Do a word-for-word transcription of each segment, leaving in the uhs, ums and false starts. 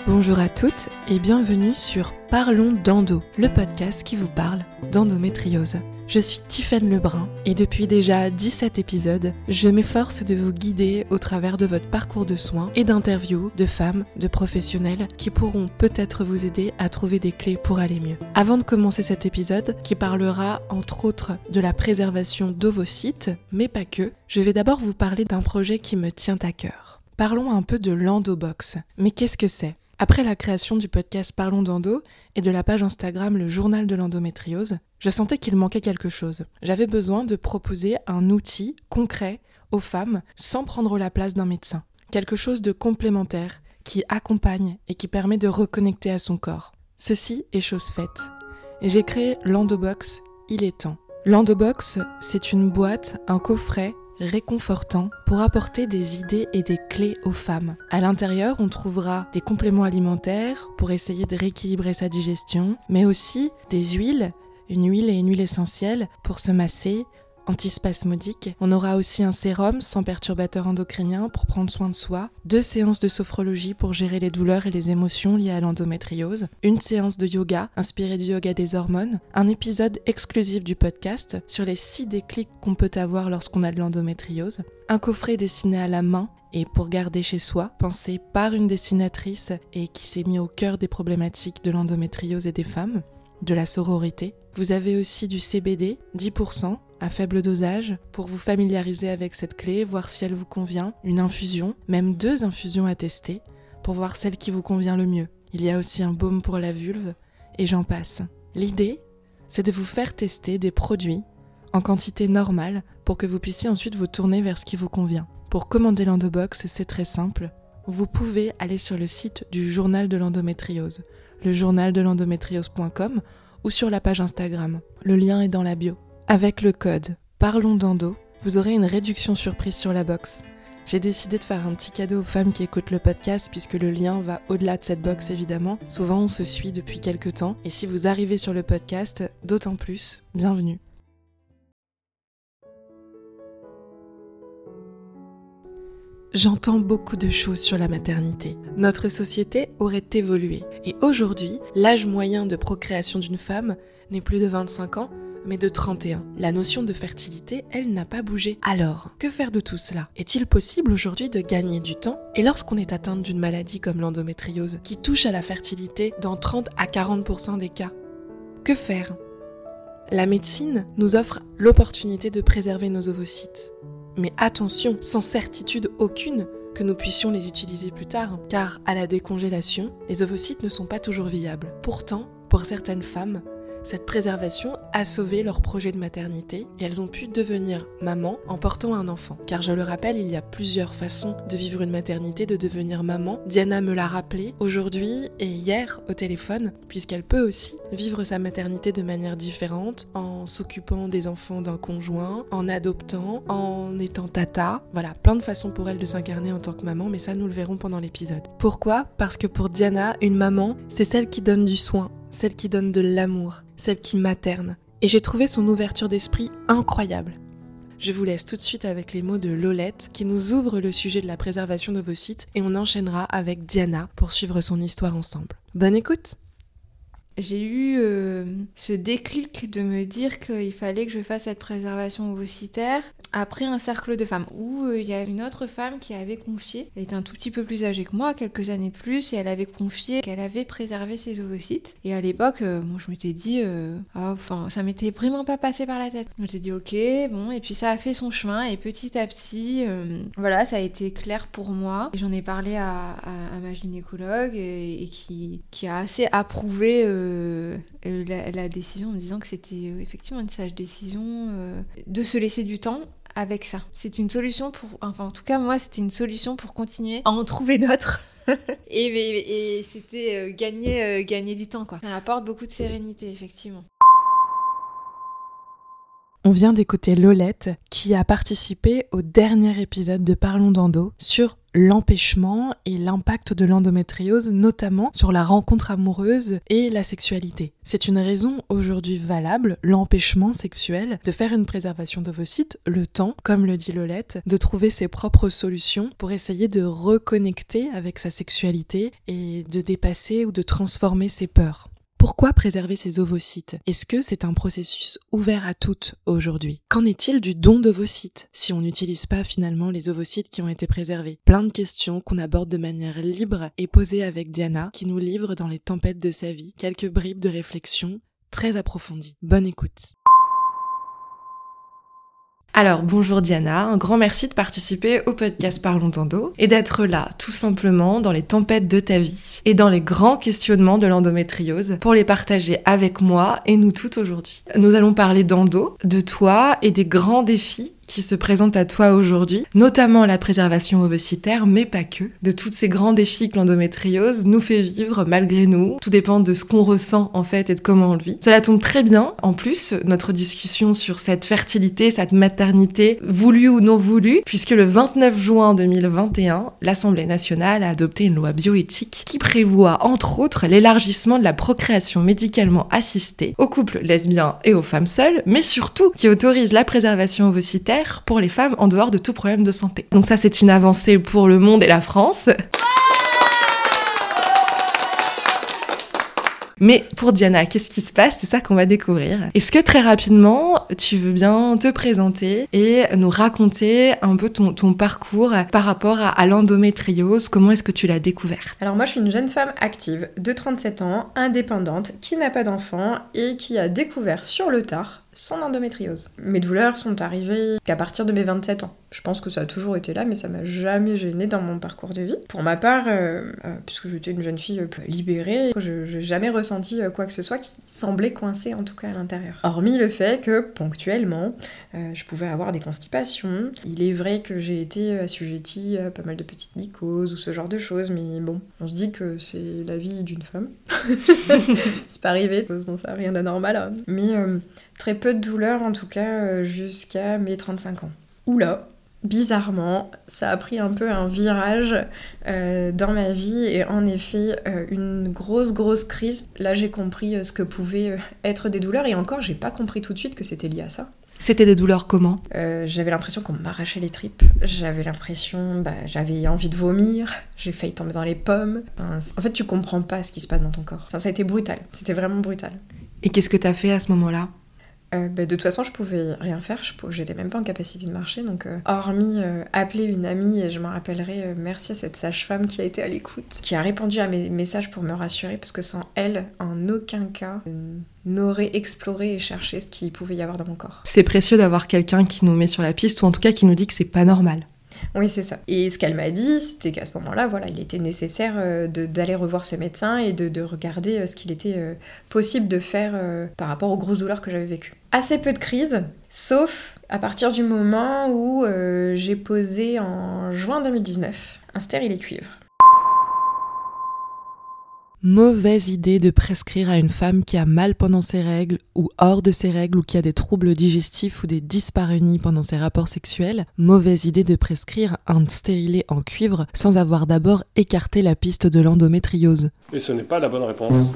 Bonjour à toutes et bienvenue sur Parlons d'Endo, le podcast qui vous parle d'endométriose. Je suis Tiffaine Lebrun et depuis déjà dix-sept épisodes, je m'efforce de vous guider au travers de votre parcours de soins et d'interviews de femmes, de professionnels qui pourront peut-être vous aider à trouver des clés pour aller mieux. Avant de commencer cet épisode, qui parlera entre autres de la préservation d'ovocytes, mais pas que, je vais d'abord vous parler d'un projet qui me tient à cœur. Parlons un peu de l'Endobox. Mais qu'est-ce que c'est ? Après la création du podcast Parlons d'Endo et de la page Instagram Le Journal de l'endométriose, je sentais qu'il manquait quelque chose. J'avais besoin de proposer un outil concret aux femmes sans prendre la place d'un médecin. Quelque chose de complémentaire qui accompagne et qui permet de reconnecter à son corps. Ceci est chose faite. Et j'ai créé l'Endobox, il est temps. L'Endobox, c'est une boîte, un coffret réconfortant pour apporter des idées et des clés aux femmes. À l'intérieur, on trouvera des compléments alimentaires pour essayer de rééquilibrer sa digestion, mais aussi des huiles, une huile et une huile essentielle pour se masser, antispasmodique. On aura aussi un sérum sans perturbateur endocrinien pour prendre soin de soi, deux séances de sophrologie pour gérer les douleurs et les émotions liées à l'endométriose, une séance de yoga inspirée du yoga des hormones, un épisode exclusif du podcast sur les six déclics qu'on peut avoir lorsqu'on a de l'endométriose, un coffret dessiné à la main et pour garder chez soi, pensé par une dessinatrice et qui s'est mis au cœur des problématiques de l'endométriose et des femmes, de la sororité. Vous avez aussi du C B D, dix pour cent, à faible dosage, pour vous familiariser avec cette clé, voir si elle vous convient, une infusion, même deux infusions à tester, pour voir celle qui vous convient le mieux. Il y a aussi un baume pour la vulve, et j'en passe. L'idée, c'est de vous faire tester des produits en quantité normale, pour que vous puissiez ensuite vous tourner vers ce qui vous convient. Pour commander l'Endobox, c'est très simple. Vous pouvez aller sur le site du Journal de l'endométriose, le journal de l'endométriose point com, ou sur la page Instagram. Le lien est dans la bio. Avec le code Parlons d'Endo, vous aurez une réduction surprise sur la box. J'ai décidé de faire un petit cadeau aux femmes qui écoutent le podcast puisque le lien va au-delà de cette box évidemment. Souvent on se suit depuis quelques temps et si vous arrivez sur le podcast, d'autant plus, bienvenue. J'entends beaucoup de choses sur la maternité. Notre société aurait évolué. Et aujourd'hui, l'âge moyen de procréation d'une femme n'est plus de vingt-cinq ans, mais de trente et un. La notion de fertilité, elle, n'a pas bougé. Alors, que faire de tout cela ? Est-il possible aujourd'hui de gagner du temps ? Et lorsqu'on est atteinte d'une maladie comme l'endométriose, qui touche à la fertilité dans trente à quarante pour cent des cas, que faire ? La médecine nous offre l'opportunité de préserver nos ovocytes. Mais attention, sans certitude aucune que nous puissions les utiliser plus tard, car à la décongélation, les ovocytes ne sont pas toujours viables. Pourtant, pour certaines femmes, cette préservation a sauvé leur projet de maternité et elles ont pu devenir maman en portant un enfant. Car je le rappelle, il y a plusieurs façons de vivre une maternité, de devenir maman. Diana me l'a rappelé aujourd'hui et hier au téléphone, puisqu'elle peut aussi vivre sa maternité de manière différente, en s'occupant des enfants d'un conjoint, en adoptant, en étant tata. Voilà, plein de façons pour elle de s'incarner en tant que maman, mais ça nous le verrons pendant l'épisode. Pourquoi ? Parce que pour Diana, une maman, c'est celle qui donne du soin, celle qui donne de l'amour, celle qui materne. Et j'ai trouvé son ouverture d'esprit incroyable. Je vous laisse tout de suite avec les mots de Lolette qui nous ouvre le sujet de la préservation d'ovocytes et on enchaînera avec Diana pour suivre son histoire ensemble. Bonne écoute! J'ai eu euh, ce déclic de me dire qu'il fallait que je fasse cette préservation ovocytaire après un cercle de femmes où il euh, y a une autre femme qui avait confié, elle était un tout petit peu plus âgée que moi, quelques années de plus, et elle avait confié qu'elle avait préservé ses ovocytes. Et à l'époque, euh, bon, je m'étais dit, euh, ah, enfin, ça m'était vraiment pas passé par la tête. Je m'étais dit, ok, bon, et puis ça a fait son chemin, et petit à petit, euh, voilà, ça a été clair pour moi. Et j'en ai parlé à, à, à ma gynécologue et, et qui, qui a assez approuvé euh, Euh, la, la décision en me disant que c'était euh, effectivement une sage décision euh, de se laisser du temps avec ça. C'est une solution pour... Enfin, en tout cas, moi, c'était une solution pour continuer à en trouver d'autres. et, et, et c'était euh, gagner, euh, gagner du temps, quoi. Ça apporte beaucoup de sérénité, effectivement. On vient d'écouter Lolette qui a participé au dernier épisode de Parlons d'Endo sur l'empêchement et l'impact de l'endométriose, notamment sur la rencontre amoureuse et la sexualité. C'est une raison aujourd'hui valable, l'empêchement sexuel, de faire une préservation d'ovocytes, le temps, comme le dit Lolette, de trouver ses propres solutions pour essayer de reconnecter avec sa sexualité et de dépasser ou de transformer ses peurs. Pourquoi préserver ses ovocytes ? Est-ce que c'est un processus ouvert à toutes aujourd'hui ? Qu'en est-il du don d'ovocytes si on n'utilise pas finalement les ovocytes qui ont été préservés ? Plein de questions qu'on aborde de manière libre et posées avec Diana, qui nous livre dans les tempêtes de sa vie quelques bribes de réflexion très approfondies. Bonne écoute. Alors, bonjour Diana, un grand merci de participer au podcast Parlons d'Endo et d'être là, tout simplement, dans les tempêtes de ta vie et dans les grands questionnements de l'endométriose pour les partager avec moi et nous toutes aujourd'hui. Nous allons parler d'endo, de toi et des grands défis qui se présentent à toi aujourd'hui, notamment la préservation ovocytaire, mais pas que, de tous ces grands défis que l'endométriose nous fait vivre malgré nous. Tout dépend de ce qu'on ressent en fait et de comment on le vit. Cela tombe très bien, en plus, notre discussion sur cette fertilité, cette maternité, voulue ou non voulue, puisque le vingt-neuf juin deux mille vingt et un, l'Assemblée nationale a adopté une loi bioéthique qui prévoit, entre autres, l'élargissement de la procréation médicalement assistée aux couples lesbiens et aux femmes seules, mais surtout qui autorise la préservation ovocytaire pour les femmes en dehors de tout problème de santé. Donc ça, c'est une avancée pour le monde et la France. Mais pour Diana, qu'est-ce qui se passe ? C'est ça qu'on va découvrir. Est-ce que très rapidement, tu veux bien te présenter et nous raconter un peu ton, ton parcours par rapport à, à l'endométriose ? Comment est-ce que tu l'as découvert ? Alors moi, je suis une jeune femme active de trente-sept ans, indépendante, qui n'a pas d'enfant et qui a découvert sur le tard son endométriose. Mes douleurs sont arrivées qu'à partir de mes vingt-sept ans. Je pense que ça a toujours été là, mais ça m'a jamais gênée dans mon parcours de vie. Pour ma part, euh, euh, puisque j'étais une jeune fille euh, libérée, je n'ai jamais ressenti euh, quoi que ce soit qui semblait coincé en tout cas à l'intérieur. Hormis le fait que, ponctuellement, euh, je pouvais avoir des constipations. Il est vrai que j'ai été assujettie à pas mal de petites mycoses ou ce genre de choses, mais bon, on se dit que c'est la vie d'une femme. C'est pas arrivé, bon, ça n'a rien d'anormal, hein. Mais euh, très peu de douleurs en tout cas jusqu'à mes trente-cinq ans. Oula, bizarrement, ça a pris un peu un virage euh, dans ma vie et en effet, euh, une grosse grosse crise. Là, j'ai compris euh, ce que pouvaient euh, être des douleurs et encore, j'ai pas compris tout de suite que c'était lié à ça. C'était des douleurs comment ? euh, J'avais l'impression qu'on m'arrachait les tripes. J'avais l'impression, bah, j'avais envie de vomir. J'ai failli tomber dans les pommes. Enfin, en fait, tu comprends pas ce qui se passe dans ton corps. Enfin, ça a été brutal. C'était vraiment brutal. Et qu'est-ce que t'as fait à ce moment-là ? Euh, bah, de toute façon, je pouvais rien faire, je pouvais, j'étais même pas en capacité de marcher, donc euh, hormis euh, appeler une amie, et je m'en rappellerai, euh, merci à cette sage-femme qui a été à l'écoute, qui a répondu à mes messages pour me rassurer, parce que sans elle, en aucun cas, euh, n'aurais exploré et cherché ce qu'il pouvait y avoir dans mon corps. C'est précieux d'avoir quelqu'un qui nous met sur la piste, ou en tout cas qui nous dit que c'est pas normal. Oui, c'est ça. Et ce qu'elle m'a dit, c'était qu'à ce moment-là, voilà, il était nécessaire euh, de, d'aller revoir ce médecin et de, de regarder euh, ce qu'il était euh, possible de faire euh, par rapport aux grosses douleurs que j'avais vécues. Assez peu de crises, sauf à partir du moment où euh, j'ai posé en juin deux mille dix-neuf un stérilet cuivre. Mauvaise idée de prescrire à une femme qui a mal pendant ses règles ou hors de ses règles ou qui a des troubles digestifs ou des dyspareunies pendant ses rapports sexuels. Mauvaise idée de prescrire un stérilet en cuivre sans avoir d'abord écarté la piste de l'endométriose. Et ce n'est pas la bonne réponse.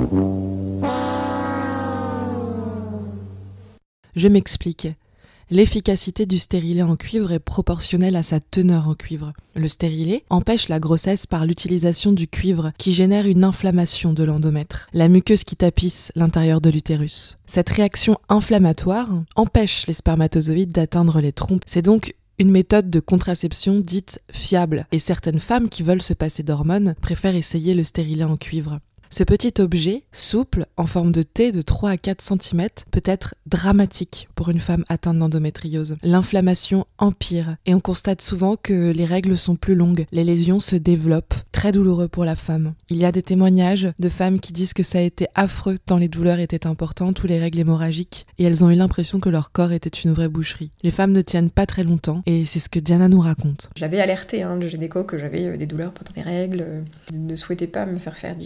Je m'explique. L'efficacité du stérilet en cuivre est proportionnelle à sa teneur en cuivre. Le stérilet empêche la grossesse par l'utilisation du cuivre qui génère une inflammation de l'endomètre, la muqueuse qui tapisse l'intérieur de l'utérus. Cette réaction inflammatoire empêche les spermatozoïdes d'atteindre les trompes. C'est donc une méthode de contraception dite fiable et certaines femmes qui veulent se passer d'hormones préfèrent essayer le stérilet en cuivre. Ce petit objet, souple, en forme de T de trois à quatre centimètres, peut être dramatique pour une femme atteinte d'endométriose. L'inflammation empire et on constate souvent que les règles sont plus longues, les lésions se développent, très douloureux pour la femme. Il y a des témoignages de femmes qui disent que ça a été affreux tant les douleurs étaient importantes ou les règles hémorragiques et elles ont eu l'impression que leur corps était une vraie boucherie. Les femmes ne tiennent pas très longtemps et c'est ce que Diana nous raconte. J'avais alerté hein, le gynéco que j'avais des douleurs pendant mes règles, euh, ne souhaitais pas me faire faire d'I R M.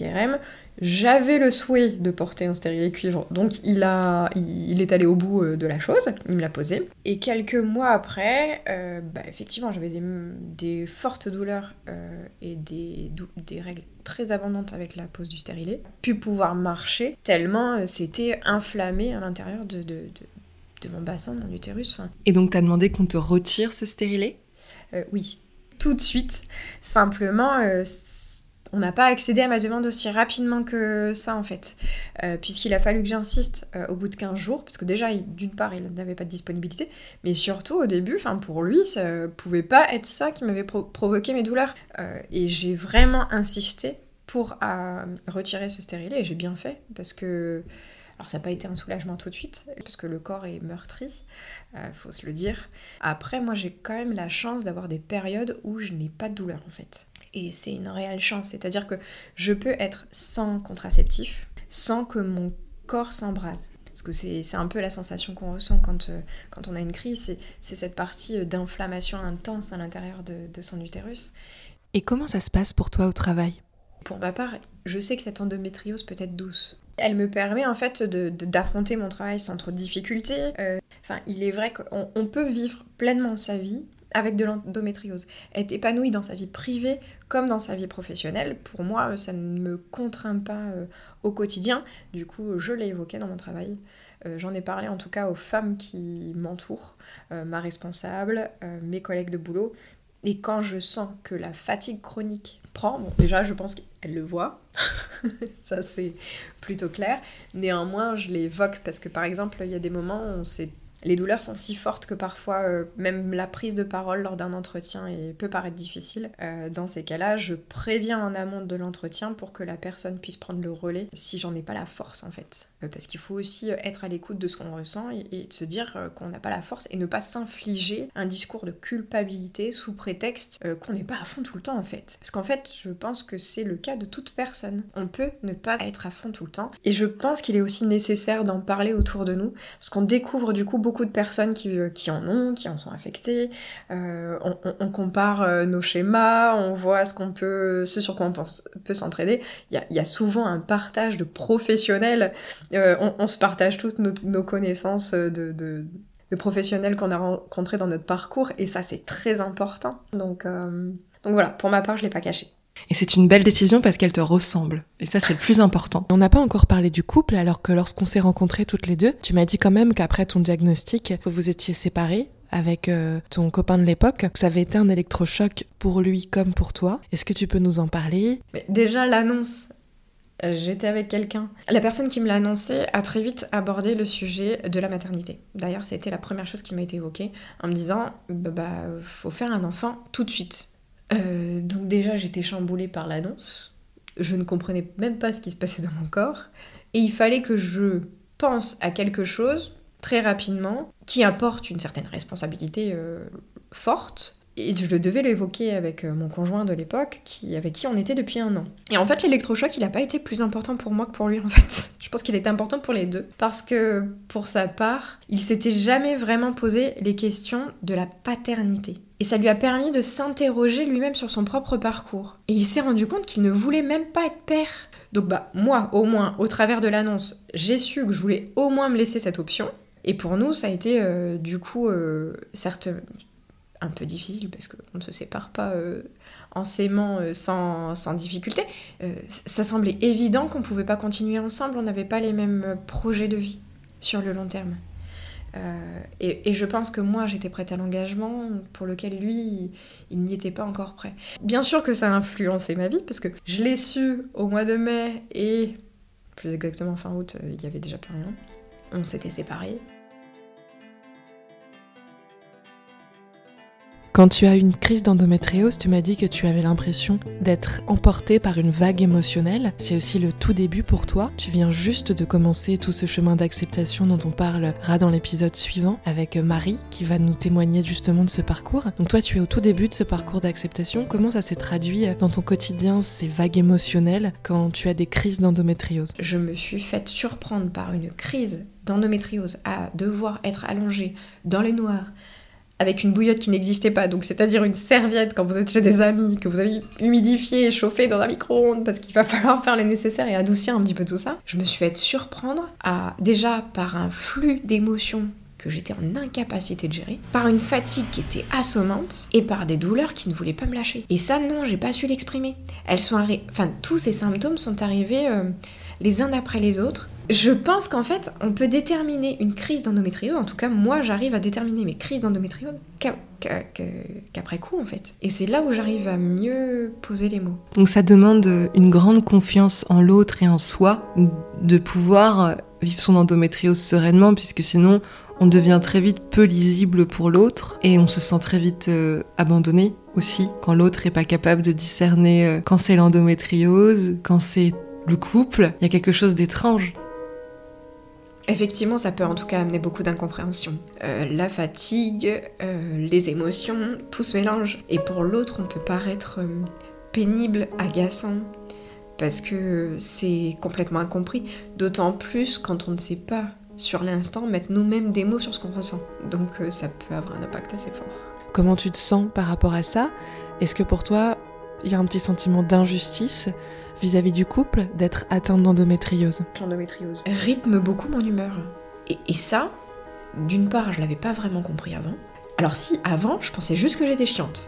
j'avais le souhait de porter un stérilet cuivre, donc il, a, il, il est allé au bout de la chose, il me l'a posé. Et quelques mois après, euh, bah, effectivement, j'avais des, des fortes douleurs euh, et des, des règles très abondantes avec la pose du stérilet, puis pouvoir marcher, tellement euh, c'était inflammé à l'intérieur de, de, de, de mon bassin, de mon utérus. Enfin, Et donc t'as demandé qu'on te retire ce stérilet ? euh, Oui, tout de suite. Simplement... Euh, on n'a pas accédé à ma demande aussi rapidement que ça, en fait. Euh, puisqu'il a fallu que j'insiste euh, au bout de quinze jours, parce que déjà, il, d'une part, il n'avait pas de disponibilité, mais surtout, au début, pour lui, ça pouvait pas être ça qui m'avait pro- provoqué mes douleurs. Euh, et j'ai vraiment insisté pour euh, retirer ce stérilet, et j'ai bien fait, parce que... Alors ça n'a pas été un soulagement tout de suite, parce que le corps est meurtri, euh, faut se le dire. Après, moi, j'ai quand même la chance d'avoir des périodes où je n'ai pas de douleur, en fait. Et c'est une réelle chance, c'est-à-dire que je peux être sans contraceptif, sans que mon corps s'embrase. Parce que c'est, c'est un peu la sensation qu'on ressent quand, euh, quand on a une crise, c'est, c'est cette partie d'inflammation intense à l'intérieur de, de son utérus. Et comment ça se passe pour toi au travail ? Pour ma part, je sais que cette endométriose peut être douce. Elle me permet en fait de, de, d'affronter mon travail sans trop de difficultés. Euh, enfin, il est vrai qu'on on peut vivre pleinement sa vie avec de l'endométriose. Être épanoui dans sa vie privée comme dans sa vie professionnelle, pour moi, ça ne me contraint pas euh, au quotidien. Du coup, je l'ai évoqué dans mon travail. Euh, j'en ai parlé en tout cas aux femmes qui m'entourent, euh, ma responsable, euh, mes collègues de boulot. Et quand je sens que la fatigue chronique prend, bon, déjà, je pense qu'elle le voit. Ça, c'est plutôt clair. Néanmoins, je l'évoque parce que, par exemple, il y a des moments où on s'est les douleurs sont si fortes que parfois, euh, même la prise de parole lors d'un entretien est, peut paraître difficile. Euh, dans ces cas-là, je préviens en amont de l'entretien pour que la personne puisse prendre le relais si j'en ai pas la force, en fait. Euh, parce qu'il faut aussi être à l'écoute de ce qu'on ressent et, et de se dire euh, qu'on n'a pas la force et ne pas s'infliger un discours de culpabilité sous prétexte euh, qu'on n'est pas à fond tout le temps, en fait. Parce qu'en fait, je pense que c'est le cas de toute personne. On peut ne pas être à fond tout le temps. Et je pense qu'il est aussi nécessaire d'en parler autour de nous, parce qu'on découvre du coup beaucoup beaucoup de personnes qui, qui en ont, qui en sont affectées. Euh, on, on, on compare euh, nos schémas, on voit ce qu'on peut, ce sur quoi on pense, peut s'entraider. Il y a, y a souvent un partage de professionnels. Euh, on, on se partage toutes nos, nos connaissances de, de, de professionnels qu'on a rencontrés dans notre parcours, et ça, c'est très important. Donc, euh, donc voilà, pour ma part, je l'ai pas caché. Et c'est une belle décision parce qu'elle te ressemble. Et ça, c'est le plus important. On n'a pas encore parlé du couple, alors que lorsqu'on s'est rencontrés toutes les deux, tu m'as dit quand même qu'après ton diagnostic, vous étiez séparés avec euh, ton copain de l'époque, que ça avait été un électrochoc pour lui comme pour toi. Est-ce que tu peux nous en parler ? Mais déjà, l'annonce, j'étais avec quelqu'un. La personne qui me l'a annoncé a très vite abordé le sujet de la maternité. D'ailleurs, c'était la première chose qui m'a été évoquée, en me disant bah, bah faut faire un enfant tout de suite. Euh, donc déjà j'étais chamboulée par l'annonce, je ne comprenais même pas ce qui se passait dans mon corps, et il fallait que je pense à quelque chose très rapidement qui apporte une certaine responsabilité euh, forte, et je devais l'évoquer avec mon conjoint de l'époque, qui, avec qui on était depuis un an. Et en fait, l'électrochoc, il n'a pas été plus important pour moi que pour lui, en fait. Je pense qu'il était important pour les deux, parce que, pour sa part, il s'était jamais vraiment posé les questions de la paternité. Et ça lui a permis de s'interroger lui-même sur son propre parcours. Et il s'est rendu compte qu'il ne voulait même pas être père. Donc bah, moi, au moins, au travers de l'annonce, j'ai su que je voulais au moins me laisser cette option. Et pour nous, ça a été, euh, du coup, euh, certes... un peu difficile parce qu'on ne se sépare pas euh, en s'aimant euh, sans, sans difficulté. Euh, ça semblait évident qu'on ne pouvait pas continuer ensemble, on n'avait pas les mêmes projets de vie sur le long terme. Euh, et, et je pense que moi j'étais prête à l'engagement pour lequel lui il n'y était pas encore prêt. Bien sûr que ça a influencé ma vie parce que je l'ai su au mois de mai et plus exactement fin août, il n'y avait déjà plus rien. On s'était séparés. Quand tu as eu une crise d'endométriose, tu m'as dit que tu avais l'impression d'être emportée par une vague émotionnelle. C'est aussi le tout début pour toi. Tu viens juste de commencer tout ce chemin d'acceptation dont on parlera dans l'épisode suivant avec Marie qui va nous témoigner justement de ce parcours. Donc toi, tu es au tout début de ce parcours d'acceptation. Comment ça s'est traduit dans ton quotidien, ces vagues émotionnelles, quand tu as des crises d'endométriose ? Je me suis faite surprendre par une crise d'endométriose à devoir être allongée dans le noir, avec une bouillotte qui n'existait pas, donc c'est-à-dire une serviette quand vous êtes chez des amis, que vous avez humidifié et chauffé dans un micro-ondes parce qu'il va falloir faire le nécessaire et adoucir un petit peu tout ça, je me suis fait surprendre à, déjà par un flux d'émotions que j'étais en incapacité de gérer, par une fatigue qui était assommante et par des douleurs qui ne voulaient pas me lâcher. Et ça, non, j'ai pas su l'exprimer. Elles sont arri- enfin, tous ces symptômes sont arrivés euh, les uns après les autres. Je pense qu'en fait, on peut déterminer une crise d'endométriose, en tout cas, moi, j'arrive à déterminer mes crises d'endométriose qu'a- qu'a- qu'a- qu'après coup, en fait. Et c'est là où j'arrive à mieux poser les mots. Donc ça demande une grande confiance en l'autre et en soi, de pouvoir vivre son endométriose sereinement, puisque sinon, on devient très vite peu lisible pour l'autre et on se sent très vite euh, abandonné aussi quand l'autre n'est pas capable de discerner euh, quand c'est l'endométriose, quand c'est le couple. Il y a quelque chose d'étrange. Effectivement, ça peut en tout cas amener beaucoup d'incompréhension. Euh, la fatigue, euh, les émotions, tout se mélange. Et pour l'autre, on peut paraître euh, pénible, agaçant, parce que c'est complètement incompris. D'autant plus quand on ne sait pas sur l'instant, mettre nous-mêmes des mots sur ce qu'on ressent. Donc euh, ça peut avoir un impact assez fort. Comment tu te sens par rapport à ça ? Est-ce que pour toi, il y a un petit sentiment d'injustice vis-à-vis du couple d'être atteinte d'endométriose ? L'endométriose rythme beaucoup mon humeur. Et, et ça, d'une part, je l'avais pas vraiment compris avant. Alors si, avant, je pensais juste que j'étais chiante.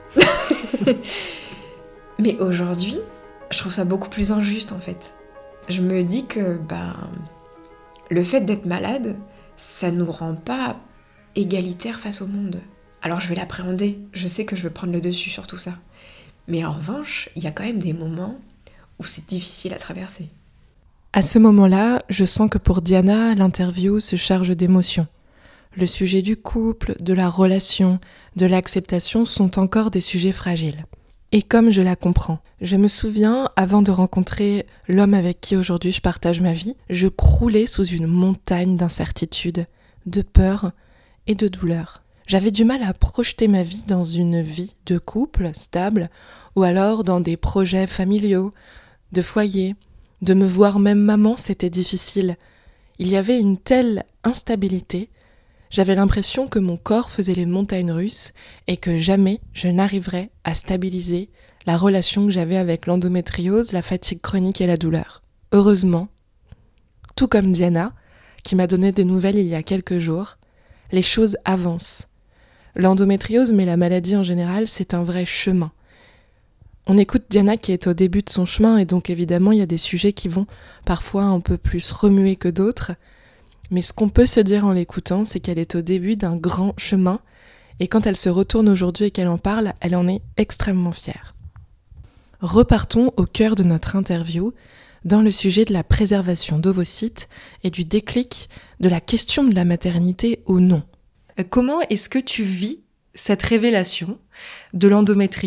Mais aujourd'hui, je trouve ça beaucoup plus injuste en fait. Je me dis que, bah... le fait d'être malade, ça nous rend pas égalitaires face au monde. Alors je vais l'appréhender, je sais que je veux prendre le dessus sur tout ça. Mais en revanche, il y a quand même des moments où c'est difficile à traverser. À ce moment-là, je sens que pour Diana, l'interview se charge d'émotions. Le sujet du couple, de la relation, de l'acceptation sont encore des sujets fragiles. Et comme je la comprends, je me souviens, avant de rencontrer l'homme avec qui aujourd'hui je partage ma vie, je croulais sous une montagne d'incertitude, de peur et de douleur. J'avais du mal à projeter ma vie dans une vie de couple stable, ou alors dans des projets familiaux, de foyer. De me voir même maman, c'était difficile. Il y avait une telle instabilité. J'avais l'impression que mon corps faisait les montagnes russes et que jamais je n'arriverais à stabiliser la relation que j'avais avec l'endométriose, la fatigue chronique et la douleur. Heureusement, tout comme Diana, qui m'a donné des nouvelles il y a quelques jours, les choses avancent. L'endométriose, mais la maladie en général, c'est un vrai chemin. On écoute Diana qui est au début de son chemin et donc évidemment il y a des sujets qui vont parfois un peu plus remuer que d'autres. Mais ce qu'on peut se dire en l'écoutant, c'est qu'elle est au début d'un grand chemin et quand elle se retourne aujourd'hui et qu'elle en parle, elle en est extrêmement fière. Repartons au cœur de notre interview, dans le sujet de la préservation d'ovocytes et du déclic de la question de la maternité ou non. Comment est-ce que tu vis cette révélation de l'endométriose ?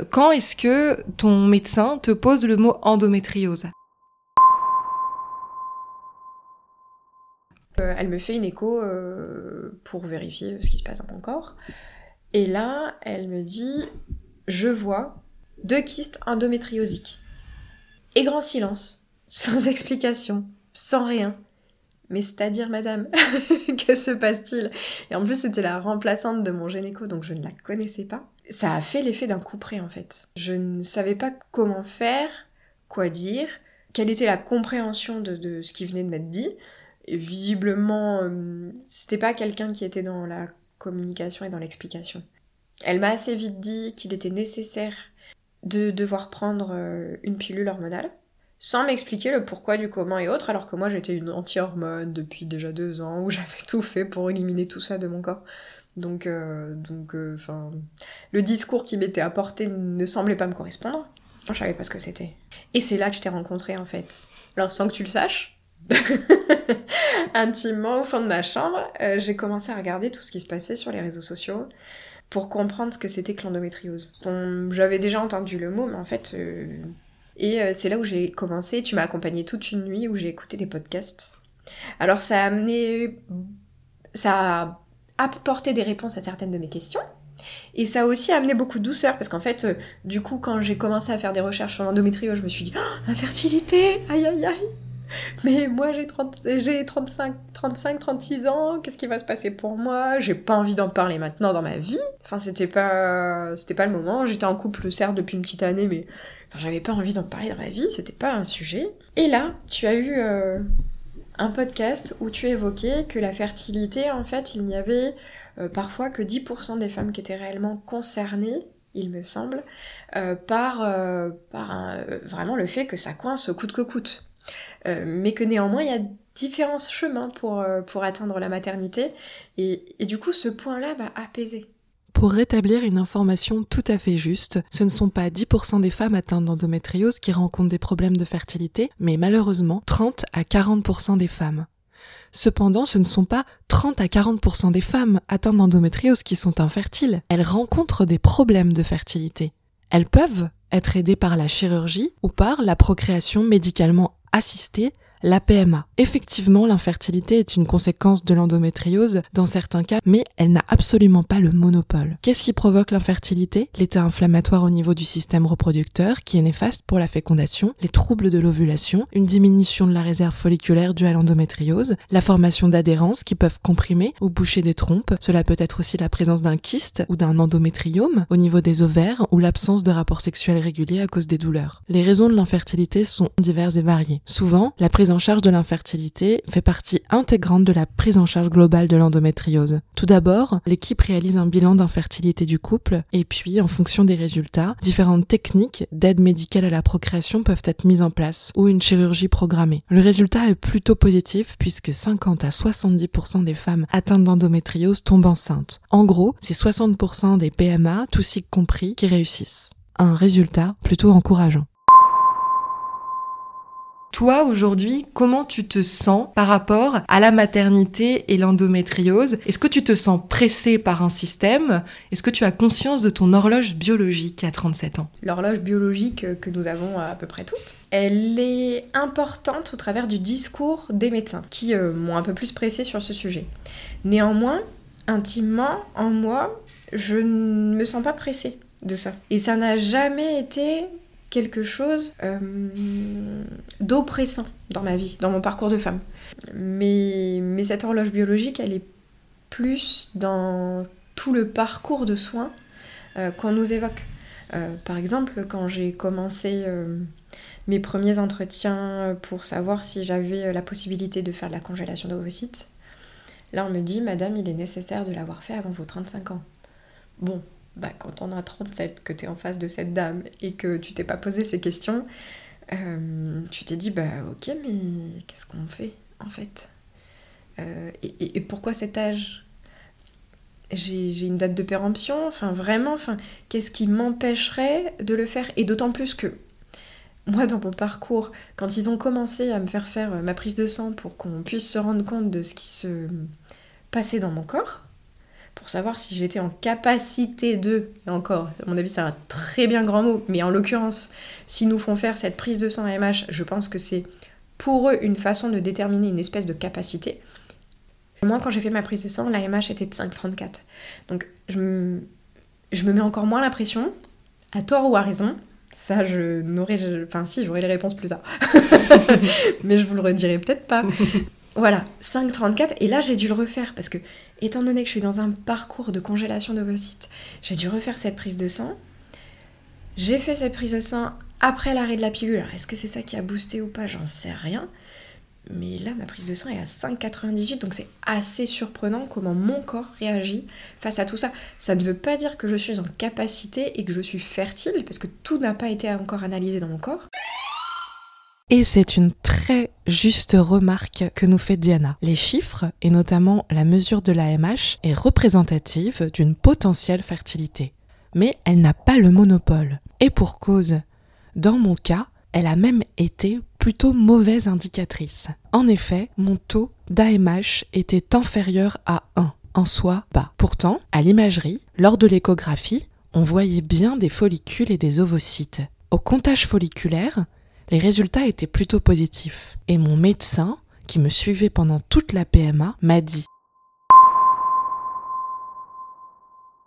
Quand est-ce que ton médecin te pose le mot endométriose ? Euh, elle me fait une écho euh, pour vérifier ce qui se passe dans mon corps. Et là, elle me dit « Je vois deux kystes endométriosiques. » Et grand silence, sans explication, sans rien. Mais c'est-à-dire, madame, que se passe-t-il ? Et en plus, c'était la remplaçante de mon gynéco, donc je ne la connaissais pas. Ça a fait l'effet d'un couperet, en fait. Je ne savais pas comment faire, quoi dire, quelle était la compréhension de, de ce qui venait de m'être dit. Et visiblement, euh, c'était pas quelqu'un qui était dans la communication et dans l'explication. Elle m'a assez vite dit qu'il était nécessaire de devoir prendre euh, une pilule hormonale, sans m'expliquer le pourquoi du comment et autres, alors que moi j'étais une anti-hormone depuis déjà deux ans, où j'avais tout fait pour éliminer tout ça de mon corps. Donc, euh, donc, euh, enfin, le discours qui m'était apporté ne semblait pas me correspondre. Je savais pas ce que c'était. Et c'est là que je t'ai rencontrée en fait. Alors sans que tu le saches, intimement au fond de ma chambre, euh, j'ai commencé à regarder tout ce qui se passait sur les réseaux sociaux pour comprendre ce que c'était que l'endométriose. Donc, j'avais déjà entendu le mot, mais en fait... Euh... Et euh, c'est là où j'ai commencé, tu m'as accompagnée toute une nuit où j'ai écouté des podcasts. Alors ça a amené... ça a apporté des réponses à certaines de mes questions, et ça a aussi amené beaucoup de douceur, parce qu'en fait, euh, du coup, quand j'ai commencé à faire des recherches sur l'endométriose, je me suis dit oh, « Infertilité, aïe aïe aïe !» Mais moi, j'ai, trente, j'ai trente-cinq, trente-cinq, trente-six ans, qu'est-ce qui va se passer pour moi ? J'ai pas envie d'en parler maintenant dans ma vie. Enfin, c'était pas, c'était pas le moment. J'étais en couple, certes, depuis une petite année, mais enfin, j'avais pas envie d'en parler dans ma vie, c'était pas un sujet. Et là, tu as eu euh, un podcast où tu évoquais que la fertilité, en fait, il n'y avait euh, parfois que dix pour cent des femmes qui étaient réellement concernées, il me semble, euh, par, euh, par un, euh, vraiment le fait que ça coince coûte que coûte. Euh, mais que néanmoins, il y a différents chemins pour, euh, pour atteindre la maternité. Et, et du coup, ce point-là va apaiser. Pour rétablir une information tout à fait juste, ce ne sont pas dix pour cent des femmes atteintes d'endométriose qui rencontrent des problèmes de fertilité, mais malheureusement trente à quarante pour cent des femmes. Cependant, ce ne sont pas trente à quarante pour cent des femmes atteintes d'endométriose qui sont infertiles. Elles rencontrent des problèmes de fertilité. Elles peuvent être aidées par la chirurgie ou par la procréation médicalement assistée, la P M A. Effectivement, l'infertilité est une conséquence de l'endométriose dans certains cas, mais elle n'a absolument pas le monopole. Qu'est-ce qui provoque l'infertilité ? L'état inflammatoire au niveau du système reproducteur, qui est néfaste pour la fécondation, les troubles de l'ovulation, une diminution de la réserve folliculaire due à l'endométriose, la formation d'adhérences qui peuvent comprimer ou boucher des trompes. Cela peut être aussi la présence d'un kyste ou d'un endométriome au niveau des ovaires ou l'absence de rapports sexuels réguliers à cause des douleurs. Les raisons de l'infertilité sont diverses et variées. Souvent, la prise en charge de l'infertilité fait partie intégrante de la prise en charge globale de l'endométriose. Tout d'abord, l'équipe réalise un bilan d'infertilité du couple et puis, en fonction des résultats, différentes techniques d'aide médicale à la procréation peuvent être mises en place ou une chirurgie programmée. Le résultat est plutôt positif puisque cinquante à soixante-dix pour cent des femmes atteintes d'endométriose tombent enceintes. En gros, c'est soixante pour cent des P M A, tous cycles compris, qui réussissent. Un résultat plutôt encourageant. Toi, aujourd'hui, comment tu te sens par rapport à la maternité et l'endométriose ? Est-ce que tu te sens pressée par un système ? Est-ce que tu as conscience de ton horloge biologique à trente-sept ans ? L'horloge biologique que nous avons à peu près toutes, elle est importante au travers du discours des médecins qui euh, m'ont un peu plus pressée sur ce sujet. Néanmoins, intimement, en moi, je ne me sens pas pressée de ça. Et ça n'a jamais été quelque chose euh, d'oppressant dans ma vie, dans mon parcours de femme. Mais, mais cette horloge biologique, elle est plus dans tout le parcours de soins euh, qu'on nous évoque. Euh, par exemple, quand j'ai commencé euh, mes premiers entretiens pour savoir si j'avais la possibilité de faire de la congélation d'ovocytes, là on me dit « Madame, il est nécessaire de l'avoir fait avant vos trente-cinq ans ». Bon, bah, quand on a trente-sept, que tu es en face de cette dame et que tu t'es pas posé ces questions, euh, tu t'es dit, bah ok, mais qu'est-ce qu'on fait en fait euh, et, et, et pourquoi cet âge ? j'ai, j'ai une date de péremption, enfin vraiment, enfin, qu'est-ce qui m'empêcherait de le faire ? Et d'autant plus que moi, dans mon parcours, quand ils ont commencé à me faire faire ma prise de sang pour qu'on puisse se rendre compte de ce qui se passait dans mon corps, pour savoir si j'étais en capacité de, et encore, à mon avis c'est un très bien grand mot, mais en l'occurrence, s'ils nous font faire cette prise de sang A M H, je pense que c'est pour eux une façon de déterminer une espèce de capacité. Moi, quand j'ai fait ma prise de sang, l'A M H était de cinq virgule trente-quatre. Donc je me, je me mets encore moins la pression, à tort ou à raison. Ça, je n'aurais... Je, enfin si, j'aurais les réponses plus tard. Mais je vous le redirai peut-être pas. Voilà, cinq virgule trente-quatre, et là j'ai dû le refaire, parce que, étant donné que je suis dans un parcours de congélation d'ovocytes, j'ai dû refaire cette prise de sang. J'ai fait cette prise de sang après l'arrêt de la pilule. Alors, est-ce que c'est ça qui a boosté ou pas ? J'en sais rien. Mais là, ma prise de sang est à cinq virgule quatre-vingt-dix-huit, donc c'est assez surprenant comment mon corps réagit face à tout ça. Ça ne veut pas dire que je suis en capacité et que je suis fertile, parce que tout n'a pas été encore analysé dans mon corps. Et c'est une très juste remarque que nous fait Diana. Les chiffres, et notamment la mesure de l'A M H, est représentative d'une potentielle fertilité. Mais elle n'a pas le monopole. Et pour cause, dans mon cas, elle a même été plutôt mauvaise indicatrice. En effet, mon taux d'A M H était inférieur à un, en soi bas. Pourtant, à l'imagerie, lors de l'échographie, on voyait bien des follicules et des ovocytes. Au comptage folliculaire, les résultats étaient plutôt positifs. Et mon médecin, qui me suivait pendant toute la P M A, m'a dit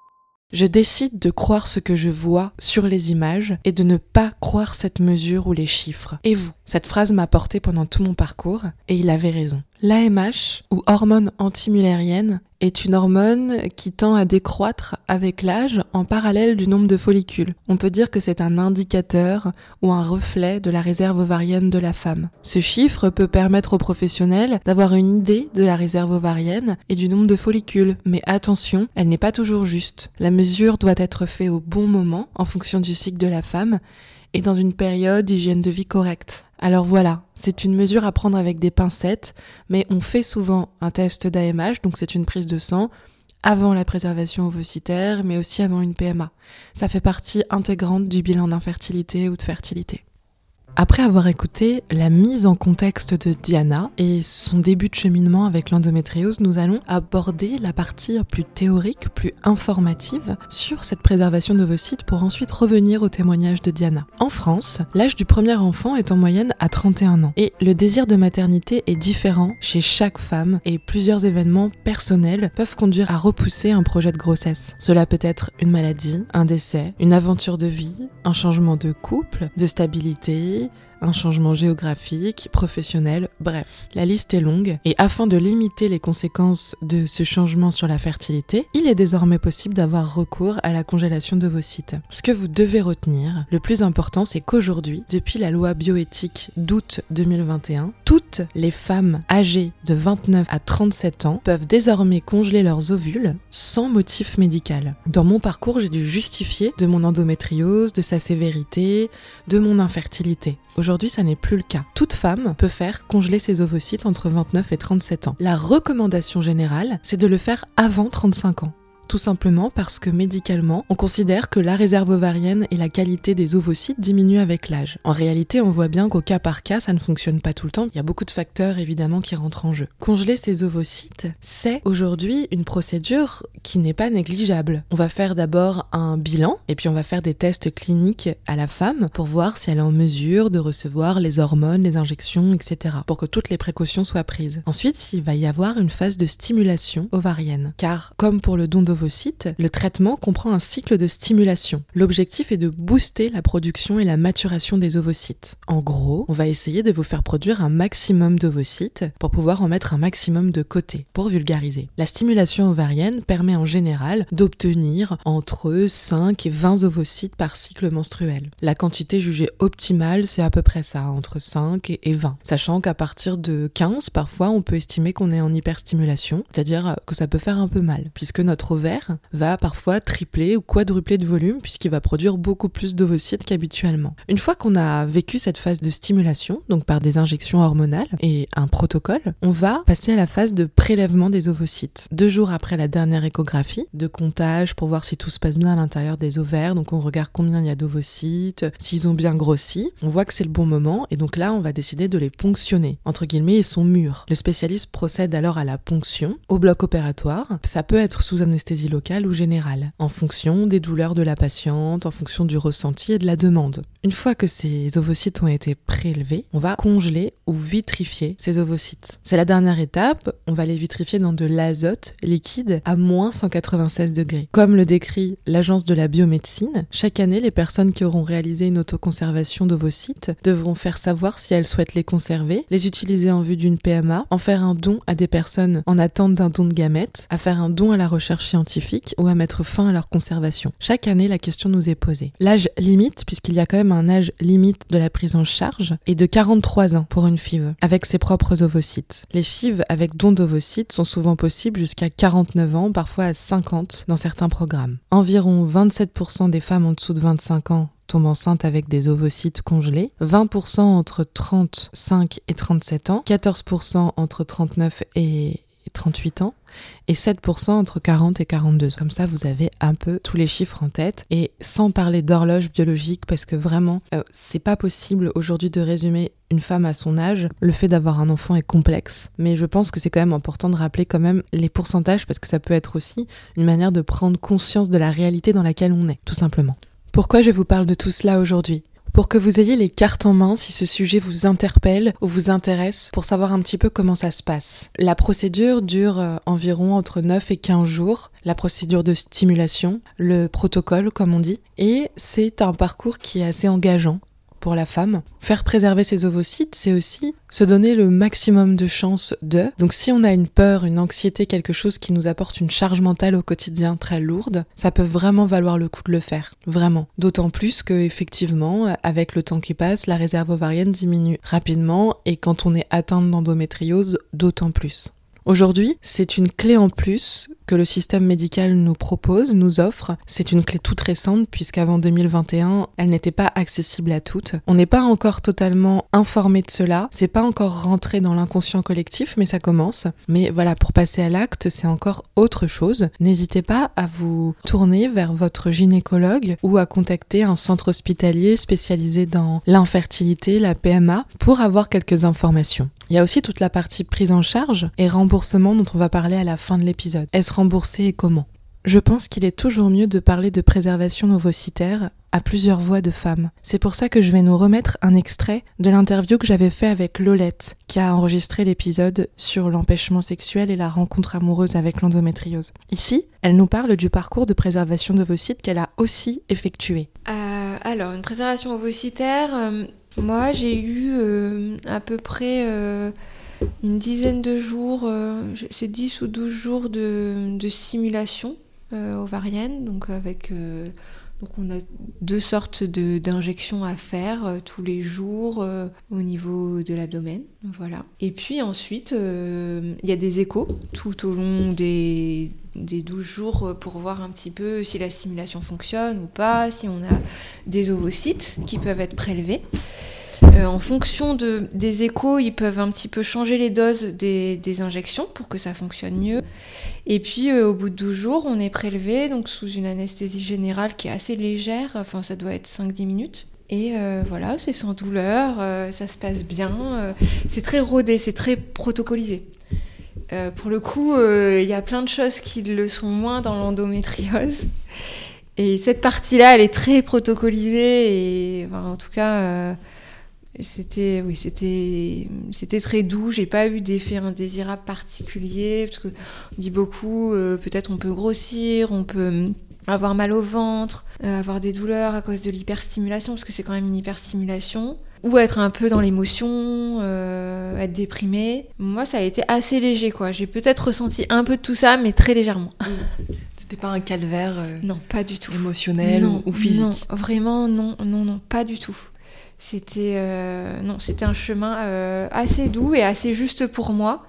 Je décide de croire ce que je vois sur les images et de ne pas croire cette mesure ou les chiffres. Et vous ? Cette phrase m'a porté pendant tout mon parcours et il avait raison. L'A M H, ou hormone antimullérienne, est une hormone qui tend à décroître avec l'âge en parallèle du nombre de follicules. On peut dire que c'est un indicateur ou un reflet de la réserve ovarienne de la femme. Ce chiffre peut permettre aux professionnels d'avoir une idée de la réserve ovarienne et du nombre de follicules. Mais attention, elle n'est pas toujours juste. La mesure doit être faite au bon moment, en fonction du cycle de la femme, et dans une période d'hygiène de vie correcte. Alors voilà, c'est une mesure à prendre avec des pincettes, mais on fait souvent un test d'A M H, donc c'est une prise de sang, avant la préservation ovocytaire, mais aussi avant une P M A. Ça fait partie intégrante du bilan d'infertilité ou de fertilité. Après avoir écouté la mise en contexte de Diana et son début de cheminement avec l'endométriose, nous allons aborder la partie plus théorique, plus informative sur cette préservation d'ovocytes pour ensuite revenir au témoignage de Diana. En France, l'âge du premier enfant est en moyenne à trente et un ans et le désir de maternité est différent chez chaque femme et plusieurs événements personnels peuvent conduire à repousser un projet de grossesse. Cela peut être une maladie, un décès, une aventure de vie, un changement de couple, de stabilité, un changement géographique, professionnel, bref. La liste est longue et afin de limiter les conséquences de ce changement sur la fertilité, il est désormais possible d'avoir recours à la congélation d'ovocytes. Ce que vous devez retenir, le plus important, c'est qu'aujourd'hui, depuis la loi bioéthique d'août deux mille vingt et un, toutes les femmes âgées de vingt-neuf à trente-sept ans peuvent désormais congeler leurs ovules sans motif médical. Dans mon parcours, j'ai dû justifier de mon endométriose, de sa sévérité, de mon infertilité. Aujourd'hui, ça n'est plus le cas. Toute femme peut faire congeler ses ovocytes entre vingt-neuf et trente-sept ans. La recommandation générale, c'est de le faire avant trente-cinq ans. Tout simplement parce que médicalement, on considère que la réserve ovarienne et la qualité des ovocytes diminuent avec l'âge. En réalité, on voit bien qu'au cas par cas, ça ne fonctionne pas tout le temps. Il y a beaucoup de facteurs évidemment qui rentrent en jeu. Congeler ses ovocytes, c'est aujourd'hui une procédure qui n'est pas négligeable. On va faire d'abord un bilan et puis on va faire des tests cliniques à la femme pour voir si elle est en mesure de recevoir les hormones, les injections, et cetera. Pour que toutes les précautions soient prises. Ensuite, il va y avoir une phase de stimulation ovarienne. Car, comme pour le don d'ovocytes, le traitement comprend un cycle de stimulation. L'objectif est de booster la production et la maturation des ovocytes. En gros, on va essayer de vous faire produire un maximum d'ovocytes pour pouvoir en mettre un maximum de côté, pour vulgariser. La stimulation ovarienne permet en général d'obtenir entre cinq et vingt ovocytes par cycle menstruel. La quantité jugée optimale, c'est à peu près ça, entre cinq et vingt. Sachant qu'à partir de quinze, parfois, on peut estimer qu'on est en hyperstimulation, c'est-à-dire que ça peut faire un peu mal, puisque notre ovaire va parfois tripler ou quadrupler de volume puisqu'il va produire beaucoup plus d'ovocytes qu'habituellement. Une fois qu'on a vécu cette phase de stimulation, donc par des injections hormonales et un protocole, on va passer à la phase de prélèvement des ovocytes. Deux jours après la dernière échographie, de comptage pour voir si tout se passe bien à l'intérieur des ovaires, donc on regarde combien il y a d'ovocytes, s'ils ont bien grossi, on voit que c'est le bon moment et donc là on va décider de les ponctionner. Entre guillemets, ils sont mûrs. Le spécialiste procède alors à la ponction au bloc opératoire. Ça peut être sous anesthésie locale ou générale, en fonction des douleurs de la patiente, en fonction du ressenti et de la demande. Une fois que ces ovocytes ont été prélevés, on va congeler ou vitrifier ces ovocytes. C'est la dernière étape, on va les vitrifier dans de l'azote liquide à moins cent quatre-vingt-seize degrés. Comme le décrit l'Agence de la biomédecine, chaque année, les personnes qui auront réalisé une autoconservation d'ovocytes devront faire savoir si elles souhaitent les conserver, les utiliser en vue d'une P M A, en faire un don à des personnes en attente d'un don de gamètes, à faire un don à la recherche scientifique ou à mettre fin à leur conservation. Chaque année, la question nous est posée. L'âge limite, puisqu'il y a quand même un âge limite de la prise en charge, est de quarante-trois ans pour une F I V, avec ses propres ovocytes. Les F I V avec don d'ovocytes sont souvent possibles jusqu'à quarante-neuf ans, parfois à cinquante dans certains programmes. Environ vingt-sept pour cent des femmes en dessous de vingt-cinq ans tombent enceintes avec des ovocytes congelés, vingt pour cent entre trente-cinq et trente-sept ans, quatorze pour cent entre trente-neuf et trente-huit ans, et sept pour cent entre quarante et quarante-deux. Comme ça, vous avez un peu tous les chiffres en tête. Et sans parler d'horloge biologique, parce que vraiment, euh, c'est pas possible aujourd'hui de résumer une femme à son âge. Le fait d'avoir un enfant est complexe. Mais je pense que c'est quand même important de rappeler quand même les pourcentages, parce que ça peut être aussi une manière de prendre conscience de la réalité dans laquelle on est, tout simplement. Pourquoi je vous parle de tout cela aujourd'hui ? pour que vous ayez les cartes en main si ce sujet vous interpelle ou vous intéresse pour savoir un petit peu comment ça se passe. La procédure dure euh, environ entre neuf et quinze jours, la procédure de stimulation, le protocole comme on dit, et c'est un parcours qui est assez engageant pour la femme. Faire préserver ses ovocytes, c'est aussi se donner le maximum de chances de. Donc si on a une peur, une anxiété, quelque chose qui nous apporte une charge mentale au quotidien très lourde, ça peut vraiment valoir le coup de le faire. Vraiment. D'autant plus que, effectivement, avec le temps qui passe, la réserve ovarienne diminue rapidement et quand on est atteinte d'endométriose, d'autant plus. Aujourd'hui, c'est une clé en plus que le système médical nous propose, nous offre. C'est une clé toute récente puisqu'avant deux mille vingt et un, elle n'était pas accessible à toutes. On n'est pas encore totalement informé de cela, c'est pas encore rentré dans l'inconscient collectif, mais ça commence. Mais voilà, pour passer à l'acte, c'est encore autre chose. N'hésitez pas à vous tourner vers votre gynécologue ou à contacter un centre hospitalier spécialisé dans l'infertilité, la P M A, pour avoir quelques informations. Il y a aussi toute la partie prise en charge et remboursement dont on va parler à la fin de l'épisode. Est-ce remboursé et comment ? Je pense qu'il est toujours mieux de parler de préservation ovocytaire à plusieurs voix de femmes. C'est pour ça que je vais nous remettre un extrait de l'interview que j'avais fait avec Lolette, qui a enregistré l'épisode sur l'empêchement sexuel et la rencontre amoureuse avec l'endométriose. Ici, elle nous parle du parcours de préservation d'ovocytes qu'elle a aussi effectué. Euh, alors, une préservation ovocytaire, euh, moi j'ai eu euh, à peu près euh, une dizaine de jours, euh, c'est dix ou douze jours de, de stimulation euh, ovarienne, donc avec... Euh, Donc on a deux sortes de, d'injections à faire euh, tous les jours euh, au niveau de l'abdomen, voilà. Et puis ensuite, il euh, y a des échos tout au long des, des douze jours pour voir un petit peu si la stimulation fonctionne ou pas, si on a des ovocytes qui peuvent être prélevés. Euh, en fonction de, des échos, ils peuvent un petit peu changer les doses des, des injections pour que ça fonctionne mieux. Et puis euh, au bout de douze jours, on est prélevé donc, sous une anesthésie générale qui est assez légère, enfin ça doit être cinq à dix minutes. Et euh, voilà, c'est sans douleur, euh, ça se passe bien, euh, c'est très rodé, c'est très protocolisé. Euh, pour le coup, il euh, y a plein de choses qui le sont moins dans l'endométriose. Et cette partie-là, elle est très protocolisée et enfin, en tout cas... Euh, C'était, oui, c'était, c'était très doux, j'ai pas eu d'effet indésirable particulier, parce qu'on dit beaucoup, euh, peut-être on peut grossir, on peut avoir mal au ventre, euh, avoir des douleurs à cause de l'hyperstimulation, parce que c'est quand même une hyperstimulation, ou être un peu dans l'émotion, euh, être déprimé. Moi, ça a été assez léger, quoi. J'ai peut-être ressenti un peu de tout ça, mais très légèrement. C'était pas un calvaire euh, non, pas du tout. émotionnel non, ou, ou physique non, vraiment, non, non, non, pas du tout. C'était, euh, non, c'était un chemin euh, assez doux et assez juste pour moi.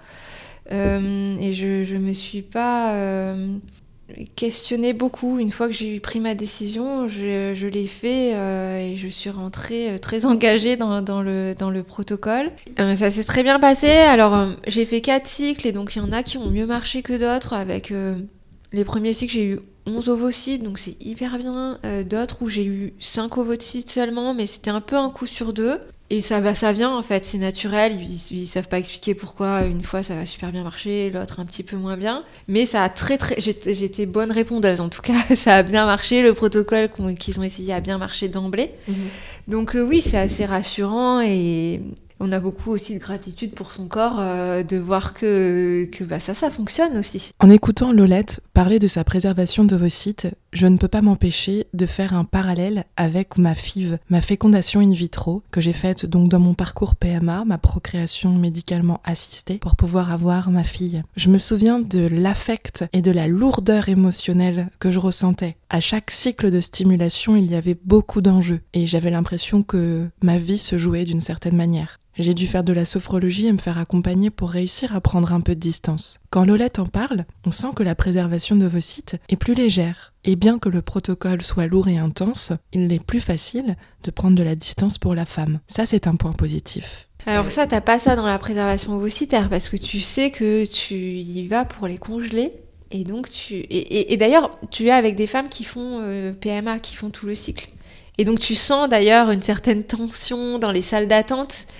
Euh, et je ne me suis pas euh, questionnée beaucoup. Une fois que j'ai pris ma décision, je, je l'ai fait euh, et je suis rentrée très engagée dans, dans, le, dans le protocole. Euh, ça s'est très bien passé. Alors, euh, j'ai fait quatre cycles et donc il y en a qui ont mieux marché que d'autres. Avec euh, les premiers cycles, j'ai eu onze ovocytes, donc c'est hyper bien. Euh, d'autres où j'ai eu cinq ovocytes seulement, mais c'était un peu un coup sur deux. Et ça va, ça vient en fait, c'est naturel. Ils, ils savent pas expliquer pourquoi une fois ça va super bien marcher, l'autre un petit peu moins bien. Mais ça a très très, j'étais, j'étais bonne répondeuse en tout cas. Ça a bien marché, le protocole qu'on, qu'ils ont essayé a bien marché d'emblée. Mmh. Donc euh, oui, c'est assez rassurant et on a beaucoup aussi de gratitude pour son corps euh, de voir que, que bah, ça, ça fonctionne aussi. En écoutant Lolette parler de sa préservation d'ovocytes, je ne peux pas m'empêcher de faire un parallèle avec ma F I V, ma fécondation in vitro, que j'ai faite donc dans mon parcours P M A, ma procréation médicalement assistée, pour pouvoir avoir ma fille. Je me souviens de l'affect et de la lourdeur émotionnelle que je ressentais. À chaque cycle de stimulation, il y avait beaucoup d'enjeux et j'avais l'impression que ma vie se jouait d'une certaine manière. J'ai dû faire de la sophrologie et me faire accompagner pour réussir à prendre un peu de distance. Quand Lolette en parle, on sent que la préservation d'ovocytes est plus légère. Et bien que le protocole soit lourd et intense, il est plus facile de prendre de la distance pour la femme. Ça, c'est un point positif. Alors ça, t'as pas ça dans la préservation ovocytaire parce que tu sais que tu y vas pour les congeler. Et donc tu et, et, et d'ailleurs, tu es avec des femmes qui font euh, P M A, qui font tout le cycle. Et donc tu sens d'ailleurs une certaine tension dans les salles d'attente.